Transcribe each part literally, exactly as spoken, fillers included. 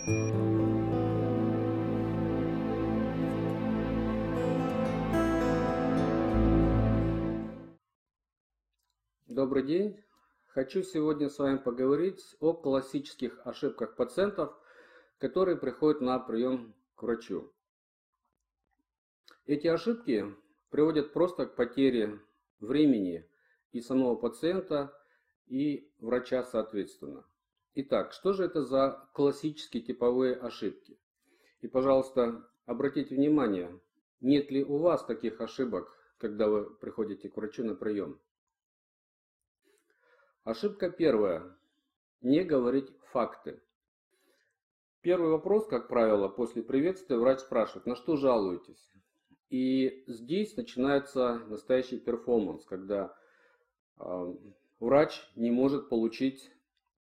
Добрый день! Хочу сегодня с вами поговорить о классических ошибках пациентов, которые приходят на прием к врачу. Эти ошибки приводят просто к потере времени и самого пациента, и врача соответственно. Итак, что же это за классические типовые ошибки? И, пожалуйста, обратите внимание, нет ли у вас таких ошибок, когда вы приходите к врачу на прием. Ошибка первая. Не говорить факты. Первый вопрос, как правило, после приветствия врач спрашивает, на что жалуетесь? И здесь начинается настоящий перформанс, когда э, врач не может получить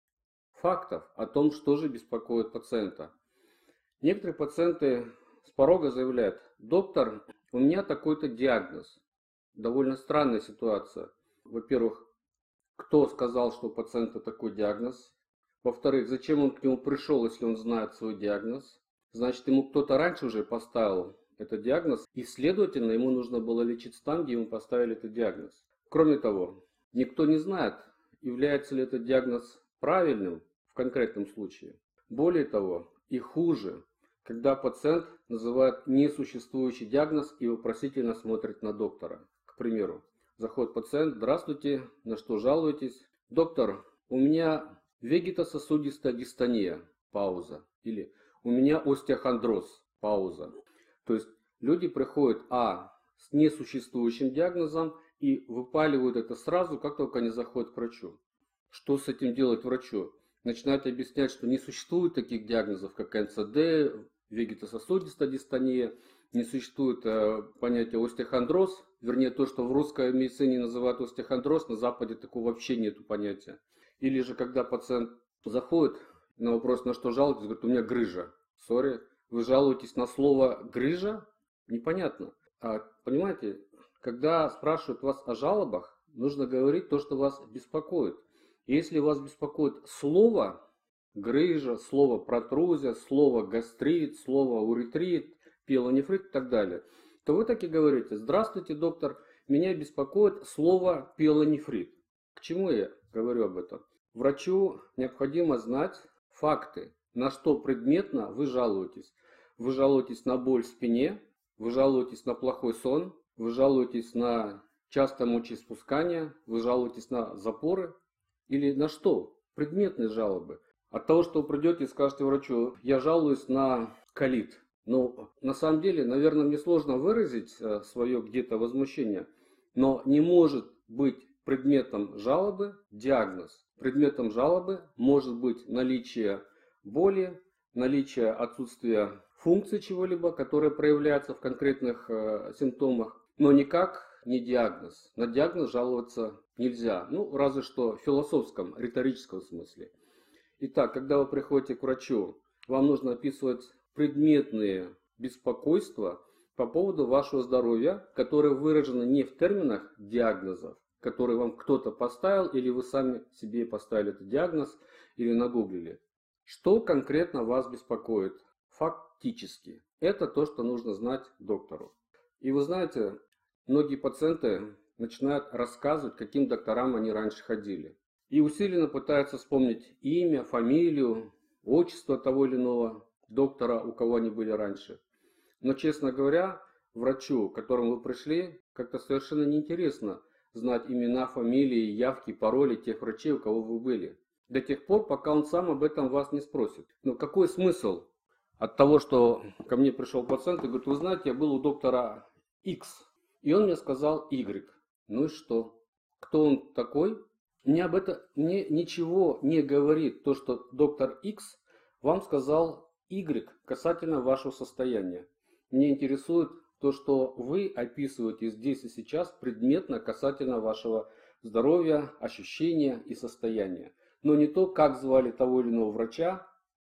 фактов о том, что же беспокоит пациента. Некоторые пациенты с порога заявляют, доктор, у меня такой-то диагноз. Довольно странная ситуация. Во-первых, кто сказал, что у пациента такой диагноз? Во-вторых, зачем он к нему пришел, если он знает свой диагноз? Значит, ему кто-то раньше уже поставил этот диагноз, и, следовательно, ему нужно было лечиться там, где ему поставили этот диагноз. Кроме того, никто не знает, является ли этот диагноз правильным в конкретном случае. Более того, и хуже, когда пациент называет несуществующий диагноз и вопросительно смотрит на доктора. К примеру, заходит пациент, здравствуйте, на что жалуетесь? Доктор, у меня вегетососудистая дистония, пауза. Или у меня остеохондроз, пауза. То есть люди приходят, а, с несуществующим диагнозом и выпаливают это сразу, как только они заходят к врачу. Что с этим делать врачу? Начинают объяснять, что не существует таких диагнозов, как эн цэ дэ, вегетососудистая дистония, не существует э, понятия остеохондроз, вернее то, что в русской медицине называют остеохондроз, на Западе такого вообще нету понятия. Или же когда пациент заходит на вопрос, на что жалуетесь, говорит, у меня грыжа. Сори, вы жалуетесь на слово грыжа? Непонятно. А, понимаете, когда спрашивают вас о жалобах, нужно говорить то, что вас беспокоит. Если вас беспокоит слово грыжа, слово протрузия, слово гастрит, слово уретрит, пиелонефрит и так далее, то вы так и говорите, здравствуйте, доктор, меня беспокоит слово пиелонефрит. К чему я говорю об этом? Врачу необходимо знать факты, на что предметно вы жалуетесь. Вы жалуетесь на боль в спине, вы жалуетесь на плохой сон, вы жалуетесь на частое мочеиспускание, вы жалуетесь на запоры или на что? Предметные жалобы. От того, что вы придете и скажете врачу, я жалуюсь на колит. Но на самом деле, наверное, мне сложно выразить свое где-то возмущение, но не может быть предметом жалобы диагноз. Предметом жалобы может быть наличие боли, наличие отсутствия функции чего-либо, которое проявляется в конкретных э, симптомах, но никак не диагноз. На диагноз жаловаться нельзя, ну разве что в философском, риторическом смысле. Итак, когда вы приходите к врачу, вам нужно описывать предметные беспокойства по поводу вашего здоровья, которые выражены не в терминах диагнозов, которые вам кто-то поставил, или вы сами себе поставили этот диагноз, или нагуглили. Что конкретно вас беспокоит? Фактически. Это то, что нужно знать доктору. И вы знаете, многие пациенты начинают рассказывать, к каким докторам они раньше ходили. И усиленно пытаются вспомнить имя, фамилию, отчество того или иного доктора, у кого они были раньше. Но, честно говоря, врачу, к которому вы пришли, как-то совершенно неинтересно знать имена, фамилии, явки, пароли тех врачей, у кого вы были. До тех пор, пока он сам об этом вас не спросит. Но какой смысл от того, что ко мне пришел пациент и говорит, вы знаете, я был у доктора X, и он мне сказал Y. Ну и что? Кто он такой? Мне об этом мне ничего не говорит то, что доктор X вам сказал Y касательно вашего состояния. Мне интересует то, что вы описываете здесь и сейчас предметно касательно вашего здоровья, ощущения и состояния. Но не то, как звали того или иного врача,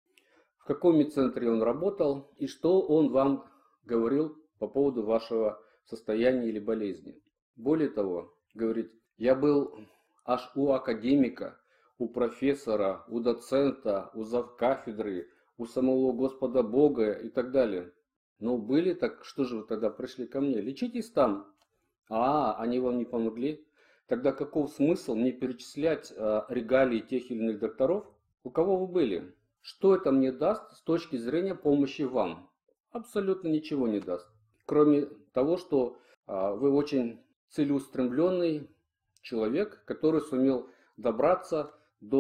в каком медцентре он работал и что он вам говорил по поводу вашего состояния или болезни. Более того, говорит, я был аж у академика, у профессора, у доцента, у завкафедры, у самого Господа Бога и так далее. Ну, были, так что же вы тогда пришли ко мне? Лечитесь там. А, они вам не помогли? Тогда каков смысл мне перечислять э, регалии тех или иных докторов? У кого вы были? Что это мне даст с точки зрения помощи вам? Абсолютно ничего не даст. Кроме того, что э, вы очень целеустремленный человек, который сумел добраться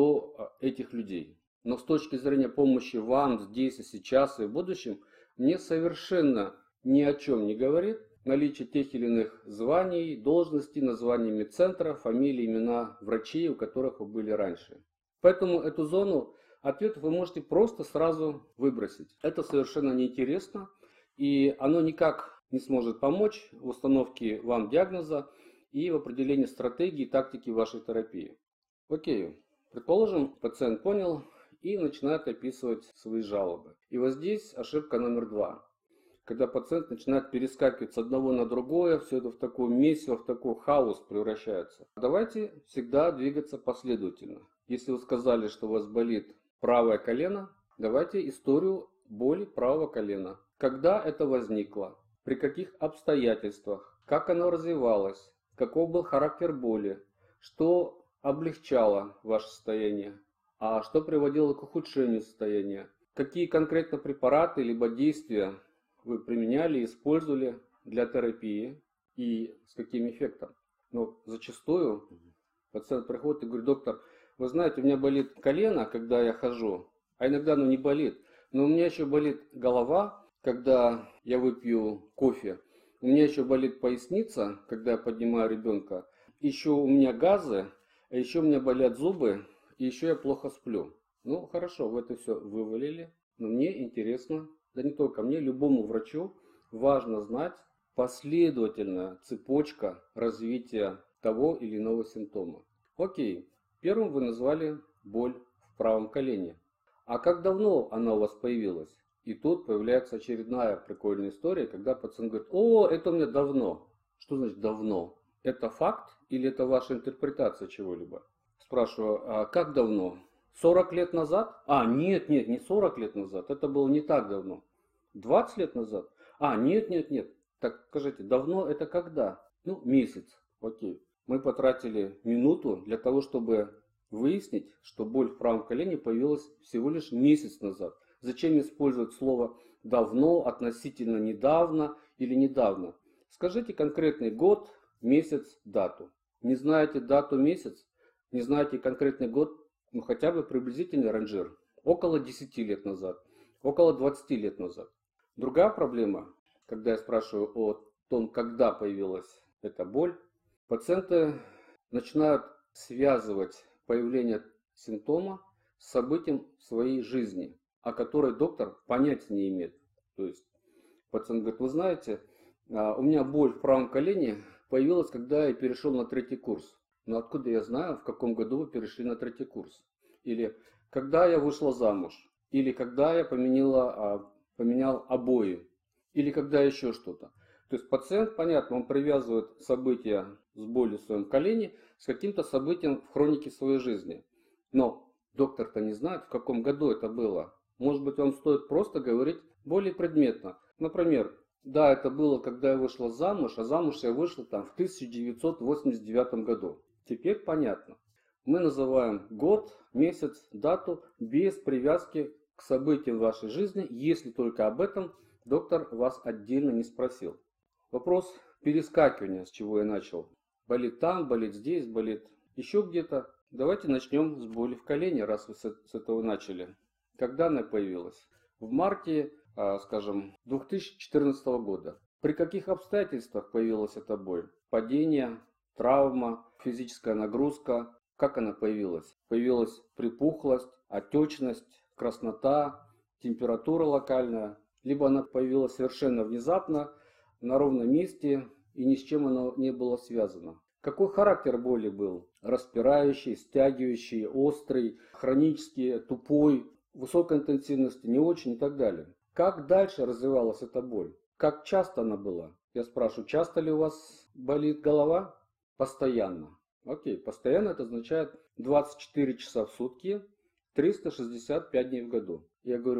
до э, этих людей. Но с точки зрения помощи вам здесь и сейчас и в будущем, мне совершенно ни о чем не говорит наличие тех или иных званий, должностей, названий медцентра, фамилии, имена врачей, у которых вы были раньше. Поэтому эту зону ответов вы можете просто сразу выбросить. Это совершенно неинтересно, и оно никак не сможет помочь в установке вам диагноза и в определении стратегии и тактики вашей терапии. Окей, предположим, пациент понял и начинает описывать свои жалобы. И вот здесь ошибка номер два. Когда пациент начинает перескакивать с одного на другое, все это в такое месиво, в такой хаос превращается. Давайте всегда двигаться последовательно. Если вы сказали, что у вас болит правое колено, давайте историю боли правого колена. Когда это возникло, при каких обстоятельствах, как оно развивалось, каков был характер боли, что облегчало ваше состояние, а что приводило к ухудшению состояния, какие конкретно препараты либо действия вы применяли, использовали для терапии и с каким эффектом. Но зачастую пациент приходит и говорит: доктор, вы знаете, у меня болит колено, когда я хожу, а иногда оно не болит, но у меня еще болит голова, когда я выпью кофе, у меня еще болит поясница, когда я поднимаю ребенка, еще у меня газы, а еще у меня болят зубы, и еще я плохо сплю. Ну хорошо, вы это все вывалили, но мне интересно. Да не только мне, любому врачу важно знать последовательная цепочка развития того или иного симптома. Окей, первым вы назвали боль в правом колене. А как давно она у вас появилась? И тут появляется очередная прикольная история, когда пациент говорит: о, это у меня давно. Что значит давно? Это факт или это ваша интерпретация чего-либо? Спрашиваю: а как давно? сорок лет назад? А, нет, нет, не сорок лет назад, это было не так давно. двадцать лет назад? А, нет, нет, нет. Так скажите, давно это когда? Ну, месяц. Окей. Мы потратили минуту для того, чтобы выяснить, что боль в правом колене появилась всего лишь месяц назад. Зачем использовать слово давно, относительно недавно или недавно? Скажите конкретный год, месяц, дату. Не знаете дату, месяц? Не знаете конкретный год? Ну, хотя бы приблизительный ранжир. Около десяти лет назад. Около двадцати лет назад. Другая проблема, когда я спрашиваю о том, когда появилась эта боль, пациенты начинают связывать появление симптома с событием в своей жизни, о которой доктор понятия не имеет. То есть пациент говорит: вы знаете, у меня боль в правом колене появилась, когда я перешел на третий курс. Но откуда я знаю, в каком году вы перешли на третий курс? Или когда я вышла замуж? Или когда я поменяла, поменял обои? Или когда еще что-то? То есть пациент, понятно, он привязывает события с болью в своем колене с каким-то событием в хронике своей жизни. Но доктор-то не знает, в каком году это было. Может быть, вам стоит просто говорить более предметно. Например, да, это было, когда я вышла замуж, а замуж я вышла там в тысяча девятьсот восемьдесят девятом году. Теперь понятно. Мы называем год, месяц, дату без привязки к событиям вашей жизни, если только об этом доктор вас отдельно не спросил. Вопрос перескакивания, с чего я начал. Болит там, болит здесь, болит еще где-то. Давайте начнем с боли в колене, раз вы с этого начали. Когда она появилась? В марте, скажем, две тысячи четырнадцатого года. При каких обстоятельствах появилась эта боль? Падение, травма, физическая нагрузка. Как она появилась? Появилась припухлость, отечность, краснота, температура локальная. Либо она появилась совершенно внезапно, на ровном месте, и ни с чем она не было связано. Какой характер боли был? Распирающий, стягивающий, острый, хронический, тупой, высокой интенсивности, не очень и так далее. Как дальше развивалась эта боль? Как часто она была? Я спрашиваю, часто ли у вас болит голова? Постоянно. Окей, постоянно это означает двадцать четыре часа в сутки, триста шестьдесят пять дней в году. Я говорю,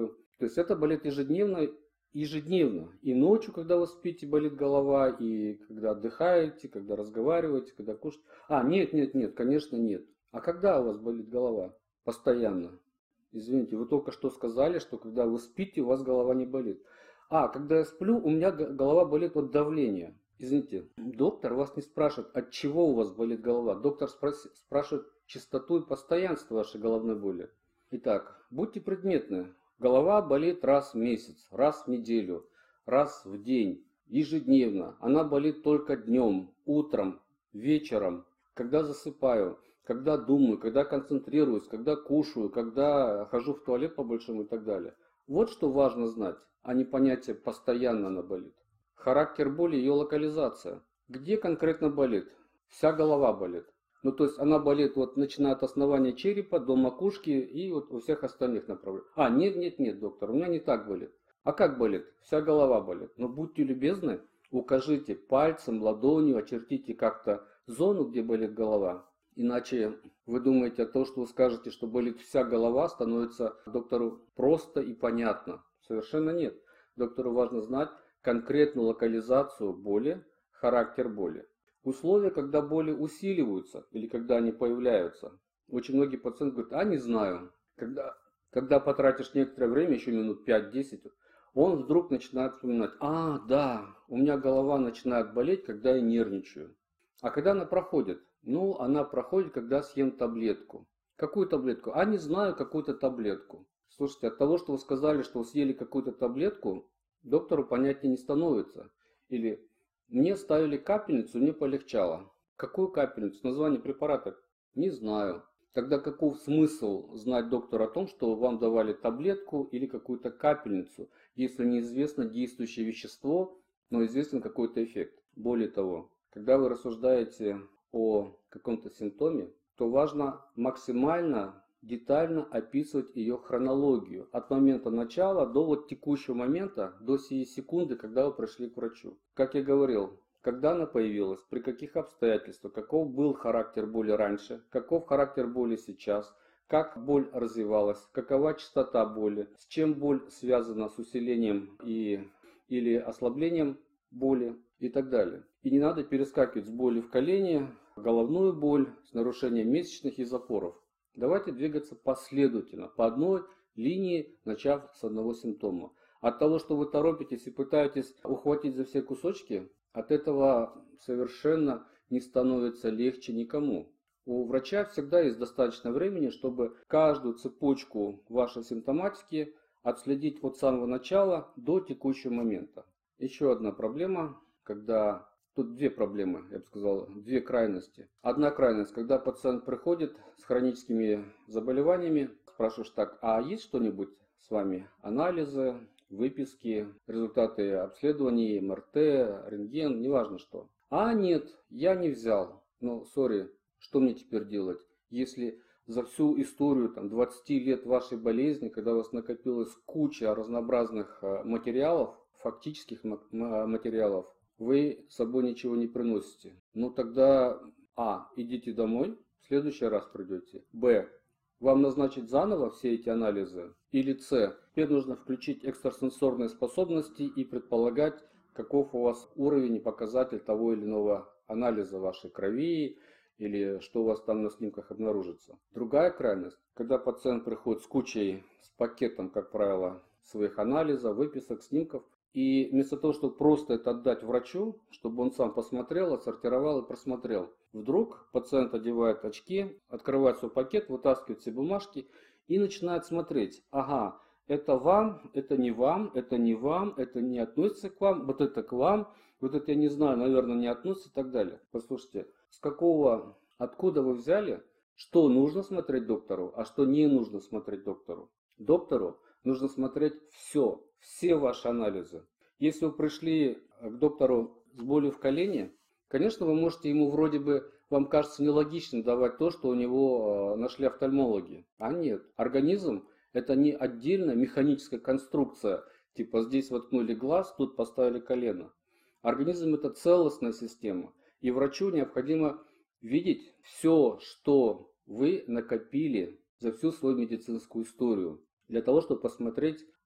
есть это болит ежедневно, ежедневно. И ночью, когда вы спите, болит голова, и когда отдыхаете, когда разговариваете, когда кушаете. А, нет, нет, нет, конечно, нет. А когда у вас болит голова? Постоянно. Извините, вы только что сказали, что когда вы спите, у вас голова не болит. А, когда я сплю, у меня голова болит от давления. Извините, доктор вас не спрашивает, от чего у вас болит голова. Доктор спрашивает частоту и постоянство вашей головной боли. Итак, будьте предметны. Голова болит раз в месяц, раз в неделю, раз в день, ежедневно. Она болит только днем, утром, вечером, когда засыпаю, когда думаю, когда концентрируюсь, когда кушаю, когда хожу в туалет по-большому и так далее. Вот что важно знать, а не понятие «постоянно она болит». Характер боли и ее локализация. Где конкретно болит? Вся голова болит. Ну, то есть она болит вот начиная от основания черепа до макушки и вот у всех остальных направлениях. А, нет, нет, нет, доктор, у меня не так болит. А как болит? Вся голова болит. Но будьте любезны, укажите пальцем, ладонью, очертите как-то зону, где болит голова. Иначе вы думаете о том, что вы скажете, что болит вся голова, становится доктору просто и понятно. Совершенно нет. Доктору важно знать конкретную локализацию боли, характер боли. Условия, когда боли усиливаются или когда они появляются. Очень многие пациенты говорят, а не знаю. Когда, когда потратишь некоторое время, еще минут пять-десять, он вдруг начинает вспоминать, а, да, у меня голова начинает болеть, когда я нервничаю. А когда она проходит? Ну, она проходит, когда съем таблетку. Какую таблетку? А не знаю, какую-то таблетку. Слушайте, от того, что вы сказали, что вы съели какую-то таблетку, доктору понятнее не становится. Или мне ставили капельницу, мне полегчало. Какую капельницу? Название препарата? Не знаю. Тогда каков смысл знать доктору о том, что вам давали таблетку или какую-то капельницу, если неизвестно действующее вещество, но известен какой-то эффект? Более того, когда вы рассуждаете о каком-то симптоме, то важно максимально детально описывать ее хронологию от момента начала до вот текущего момента, до сей секунды, когда вы пришли к врачу. Как я говорил, когда она появилась, при каких обстоятельствах, каков был характер боли раньше, каков характер боли сейчас, как боль развивалась, какова частота боли, с чем боль связана с усилением и, или ослаблением боли и так далее. И не надо перескакивать с боли в колене, головную боль, с нарушением месячных и запоров. Давайте двигаться последовательно, по одной линии, начав с одного симптома. От того, что вы торопитесь и пытаетесь ухватить за все кусочки, от этого совершенно не становится легче никому. У врача всегда есть достаточно времени, чтобы каждую цепочку вашей симптоматики отследить от самого начала до текущего момента. Еще одна проблема, когда... Тут две проблемы, я бы сказал, две крайности. Одна крайность, когда пациент приходит с хроническими заболеваниями, спрашиваешь так, а есть что-нибудь с вами? Анализы, выписки, результаты обследований, эм эр тэ, рентген, неважно что. А нет, я не взял. Ну, сори, что мне теперь делать? Если за всю историю там, двадцати лет вашей болезни, когда у вас накопилась куча разнообразных материалов, фактических материалов, вы с собой ничего не приносите. Ну тогда, а, идите домой, в следующий раз придете. Б, вам назначить заново все эти анализы. Или С, теперь нужно включить экстрасенсорные способности и предполагать, каков у вас уровень и показатель того или иного анализа вашей крови, или что у вас там на снимках обнаружится. Другая крайность, когда пациент приходит с кучей, с пакетом, как правило, своих анализов, выписок, снимков, и вместо того, чтобы просто это отдать врачу, чтобы он сам посмотрел, отсортировал и просмотрел, вдруг пациент одевает очки, открывает свой пакет, вытаскивает все бумажки и начинает смотреть. Ага, это вам, это не вам, это не вам, это не относится к вам, вот это к вам, вот это я не знаю, наверное, не относится и так далее. Послушайте, с какого, откуда вы взяли, что нужно смотреть доктору, а что не нужно смотреть доктору? Доктору нужно смотреть все, все ваши анализы. Если вы пришли к доктору с болью в колене, конечно, вы можете ему вроде бы, вам кажется нелогичным давать то, что у него нашли офтальмологи. А нет, организм это не отдельная механическая конструкция, типа здесь воткнули глаз, тут поставили колено. Организм это целостная система, и врачу необходимо видеть все, что вы накопили за всю свою медицинскую историю, для того, чтобы посмотреть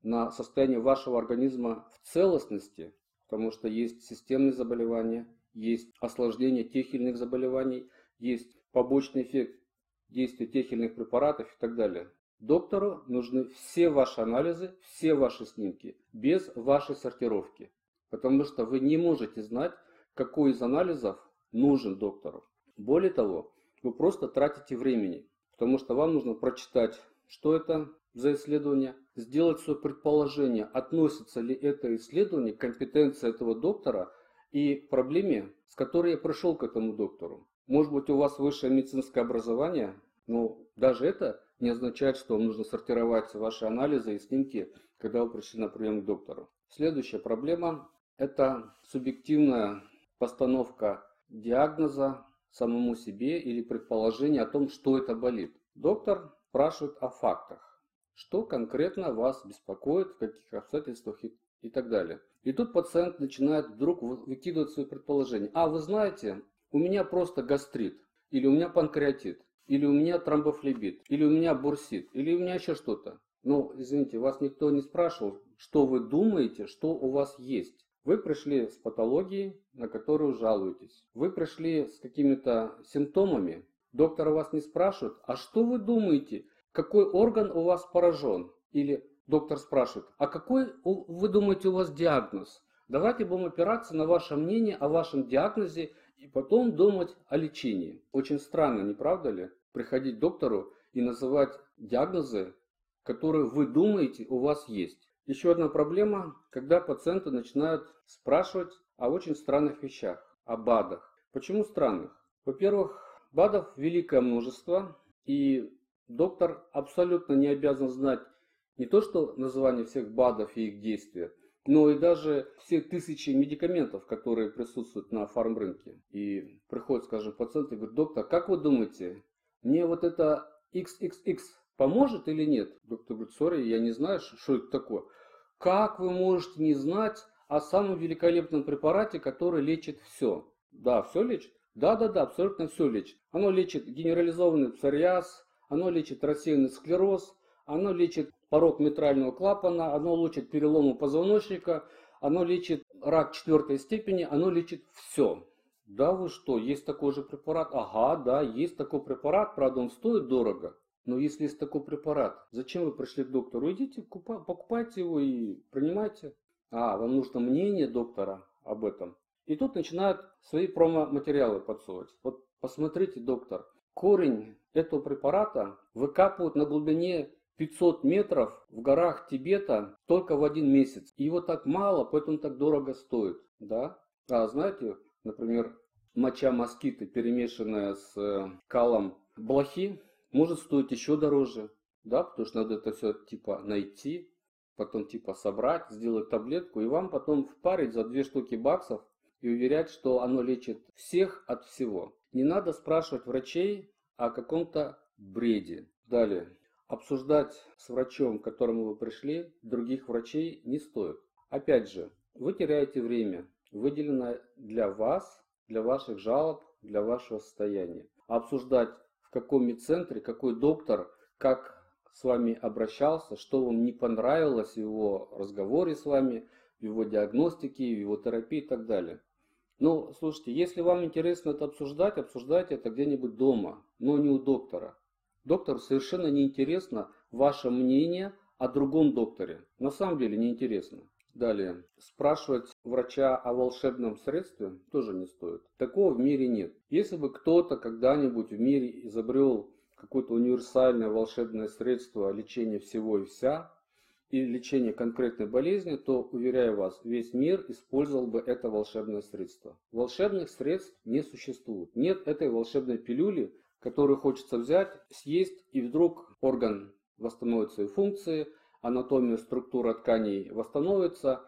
на состояние вашего организма в целостности, потому что есть системные заболевания, есть осложнение тех или иных заболеваний, есть побочный эффект действия тех или иных препаратов и так далее. Доктору нужны все ваши анализы, все ваши снимки, без вашей сортировки. Потому что вы не можете знать, какой из анализов нужен доктору. Более того, вы просто тратите времени, потому что вам нужно прочитать, что это за исследование, сделать свое предположение, относится ли это исследование к компетенции этого доктора и проблеме, с которой я пришел к этому доктору. Может быть, у вас высшее медицинское образование, но даже это не означает, что вам нужно сортировать ваши анализы и снимки, когда вы пришли на прием к доктору. Следующая проблема – это субъективная постановка диагноза самому себе или предположение о том, что это болит. Доктор спрашивает о фактах, что конкретно вас беспокоит, в каких обстоятельствах и, и так далее. И тут пациент начинает вдруг выкидывать свои предположения. А, вы знаете, у меня просто гастрит, или у меня панкреатит, или у меня тромбофлебит, или у меня бурсит, или у меня еще что-то. Ну, извините, вас никто не спрашивал, что вы думаете, что у вас есть. Вы пришли с патологией, на которую жалуетесь. Вы пришли с какими-то симптомами. Доктор вас не спрашивает, а что вы думаете, какой орган у вас поражен? Или доктор спрашивает, а какой вы думаете у вас диагноз? Давайте будем опираться на ваше мнение о вашем диагнозе и потом думать о лечении. Очень странно, не правда ли? Приходить к доктору и называть диагнозы, которые вы думаете у вас есть. Еще одна проблема, когда пациенты начинают спрашивать о очень странных вещах, о БАДах. Почему странных? Во-первых, БАДов великое множество, и доктор абсолютно не обязан знать не то, что название всех БАДов и их действия, но и даже все тысячи медикаментов, которые присутствуют на фармрынке. И приходит, скажем, пациент и говорит, доктор, как вы думаете, мне вот это икс икс икс поможет или нет? Доктор говорит, сори, я не знаю, что это такое. Как вы можете не знать о самом великолепном препарате, который лечит все? Да, все лечит? Да, да, да, абсолютно все лечит. Оно лечит генерализованный псориаз, оно лечит рассеянный склероз, оно лечит порок митрального клапана, оно лечит переломы позвоночника, оно лечит рак четвертой степени, оно лечит все. Да вы что, есть такой же препарат? Ага, да, есть такой препарат, правда он стоит дорого. Но если есть такой препарат, зачем вы пришли к доктору? Идите, покупайте его и принимайте. А, вам нужно мнение доктора об этом. И тут начинают свои промо-материалы подсовывать. Вот посмотрите, доктор, корень этого препарата выкапывают на глубине пятьсот метров в горах Тибета только в один месяц. И его так мало, поэтому так дорого стоит. Да? А знаете, например, моча москиты, перемешанная с калом блохи, может стоить еще дороже. Да? Потому что надо это все типа найти, потом типа собрать, сделать таблетку, и вам потом впарить за две штуки баксов и уверять, что оно лечит всех от всего. Не надо спрашивать врачей о каком-то бреде. Далее. Обсуждать с врачом, к которому вы пришли, других врачей не стоит. Опять же, вы теряете время, выделенное для вас, для ваших жалоб, для вашего состояния. Обсуждать, в каком медцентре, какой доктор, как с вами обращался, что вам не понравилось в его разговоре с вами, в его диагностике, в его терапии и так далее. Ну, слушайте, если вам интересно это обсуждать, обсуждайте это где-нибудь дома, но не у доктора. Доктору совершенно неинтересно ваше мнение о другом докторе. На самом деле неинтересно. Далее. Спрашивать врача о волшебном средстве тоже не стоит. Такого в мире нет. Если бы кто-то когда-нибудь в мире изобрел какое-то универсальное волшебное средство лечения всего и вся, и лечения конкретной болезни, то, уверяю вас, весь мир использовал бы это волшебное средство. Волшебных средств не существует. Нет этой волшебной пилюли, которую хочется взять, съесть, и вдруг орган восстановит свои функции, анатомия, структура тканей восстановится,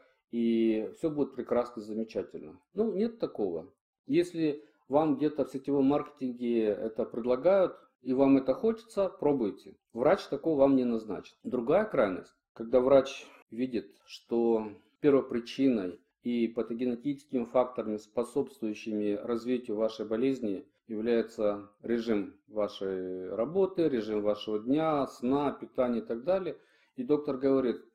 и все будет прекрасно, замечательно. Ну, нет такого. Если вам где-то в сетевом маркетинге это предлагают, и вам это хочется, пробуйте. Врач такого вам не назначит. Другая крайность, когда врач видит, что первопричиной и патогенетическими факторами, способствующими развитию вашей болезни, является режим вашей работы, режим вашего дня, сна, питания и так далее. И доктор говорит,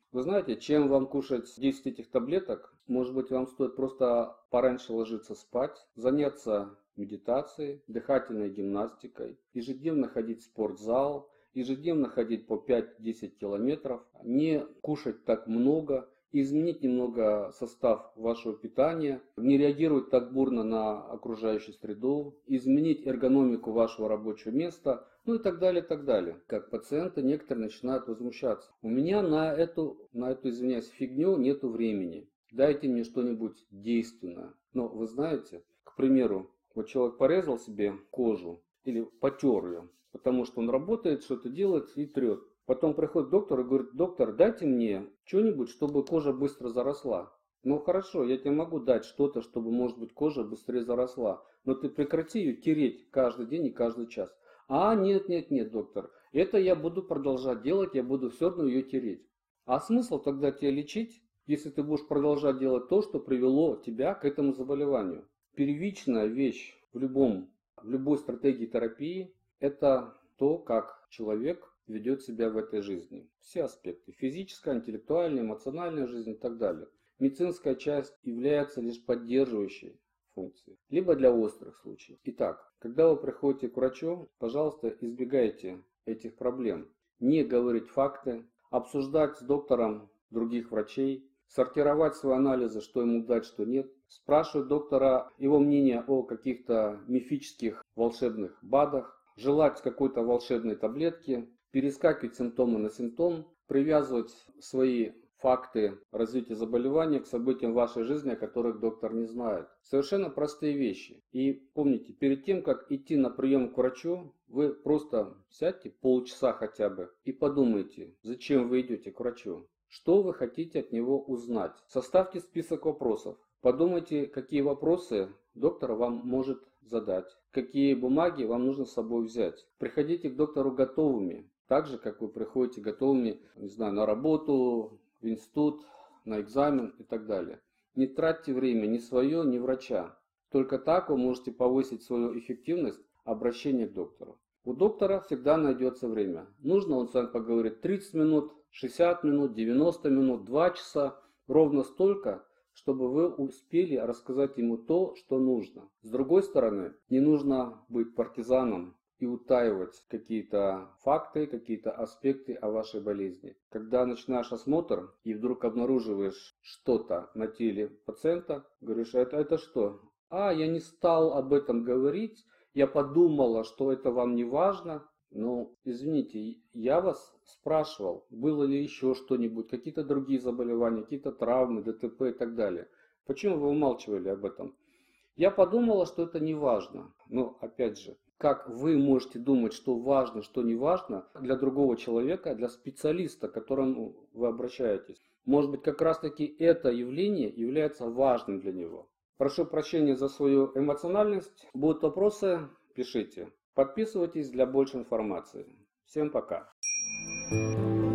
Вы знаете, чем вам кушать десять этих таблеток, может быть, вам стоит просто пораньше ложиться спать, заняться медитацией, дыхательной гимнастикой, ежедневно ходить в спортзал, ежедневно ходить по пять-десять километров, не кушать так много, изменить немного состав вашего питания, не реагировать так бурно на окружающую среду, изменить эргономику вашего рабочего места, ну и так далее, так далее. Как пациенты некоторые начинают возмущаться. У меня на эту, на эту, извиняюсь, фигню нету времени. Дайте мне что-нибудь действенное. Но вы знаете, к примеру, вот человек порезал себе кожу или потер ее, потому что он работает, что-то делает и трет. Потом приходит доктор и говорит: доктор, дайте мне что-нибудь, чтобы кожа быстро заросла. Ну хорошо, я тебе могу дать что-то, чтобы, может быть, кожа быстрее заросла. Но ты прекрати ее тереть каждый день и каждый час. А, нет, нет, нет, доктор, это я буду продолжать делать, я буду все равно ее тереть. А смысл тогда тебя лечить, если ты будешь продолжать делать то, что привело тебя к этому заболеванию? Первичная вещь в любом, в любой стратегии терапии – это то, как человек ведет себя в этой жизни. Все аспекты – физическая, интеллектуальная, эмоциональная жизнь и так далее. Медицинская часть является лишь поддерживающей функцией, либо для острых случаев. Итак, когда вы приходите к врачу, пожалуйста, избегайте этих проблем. Не говорить факты, обсуждать с доктором других врачей, сортировать свои анализы, что ему дать, что нет, спрашивать доктора его мнение о каких-то мифических волшебных БАДах, желать какой-то волшебной таблетки, перескакивать симптомы на симптом, привязывать свои факты развития заболевания к событиям вашей жизни, о которых доктор не знает. Совершенно простые вещи. И помните, перед тем, как идти на прием к врачу, вы просто сядьте полчаса хотя бы и подумайте, зачем вы идете к врачу. Что вы хотите от него узнать? Составьте список вопросов. Подумайте, какие вопросы доктор вам может задать, какие бумаги вам нужно с собой взять. Приходите к доктору готовыми, так же, как вы приходите готовыми, не знаю, на работу, в институт, на экзамен и так далее. Не тратьте время ни свое, ни врача. Только так вы можете повысить свою эффективность обращения к доктору. У доктора всегда найдется время. Нужно, он с вами поговорит тридцать минут, шестьдесят минут, девяносто минут, два часа, ровно столько, чтобы вы успели рассказать ему то, что нужно. С другой стороны, не нужно быть партизаном и утаивать какие-то факты, какие-то аспекты о вашей болезни. Когда начинаешь осмотр и вдруг обнаруживаешь что-то на теле пациента, говоришь: это, это что? А, я не стал об этом говорить, я подумала, что это вам не важно. Ну, извините, я вас спрашивал, было ли еще что-нибудь, какие-то другие заболевания, какие-то травмы, ДТП и так далее. Почему вы умалчивали об этом? Я подумала, что это не важно. Но, опять же, как вы можете думать, что важно, что не важно для другого человека, для специалиста, к которому вы обращаетесь? Может быть, как раз таки это явление является важным для него. Прошу прощения за свою эмоциональность. Будут вопросы, пишите. Подписывайтесь для большей информации. Всем пока.